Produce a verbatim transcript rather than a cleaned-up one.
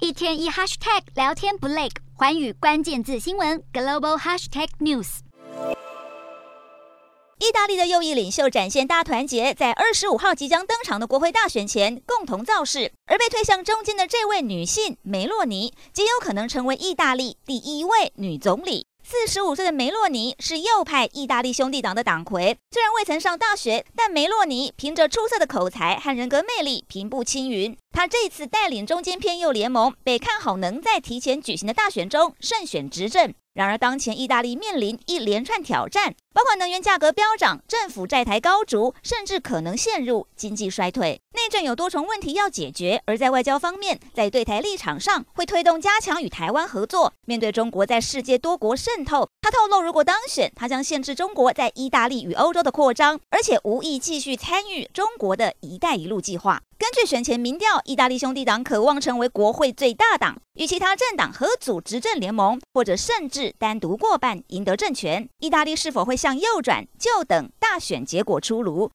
一天一 hashtag 聊天不累，寰宇关键字新闻 global hashtag news。 意大利的右翼领袖展现大团结，在二十五号即将登场的国会大选前共同造势，而被推向中间的这位女性梅洛尼，极有可能成为意大利第一位女总理。四十五岁的梅洛尼是右派意大利兄弟党的党魁，虽然未曾上大学，但梅洛尼凭着出色的口才和人格魅力平步青云。他这次带领中间偏右联盟，被看好能在提前举行的大选中胜选执政。然而，当前意大利面临一连串挑战，包括能源价格飙涨、政府债台高筑，甚至可能陷入经济衰退。内政有多重问题要解决，而在外交方面，在对台立场上会推动加强与台湾合作。面对中国在世界多国渗透，他透露，如果当选，他将限制中国在意大利与欧洲的扩张，而且无意继续参与中国的一带一路计划。根据选前民调，意大利兄弟党渴望成为国会最大党，与其他政党合组执政联盟，或者甚至单独过半赢得政权。意大利是否会向右转，就等大选结果出炉。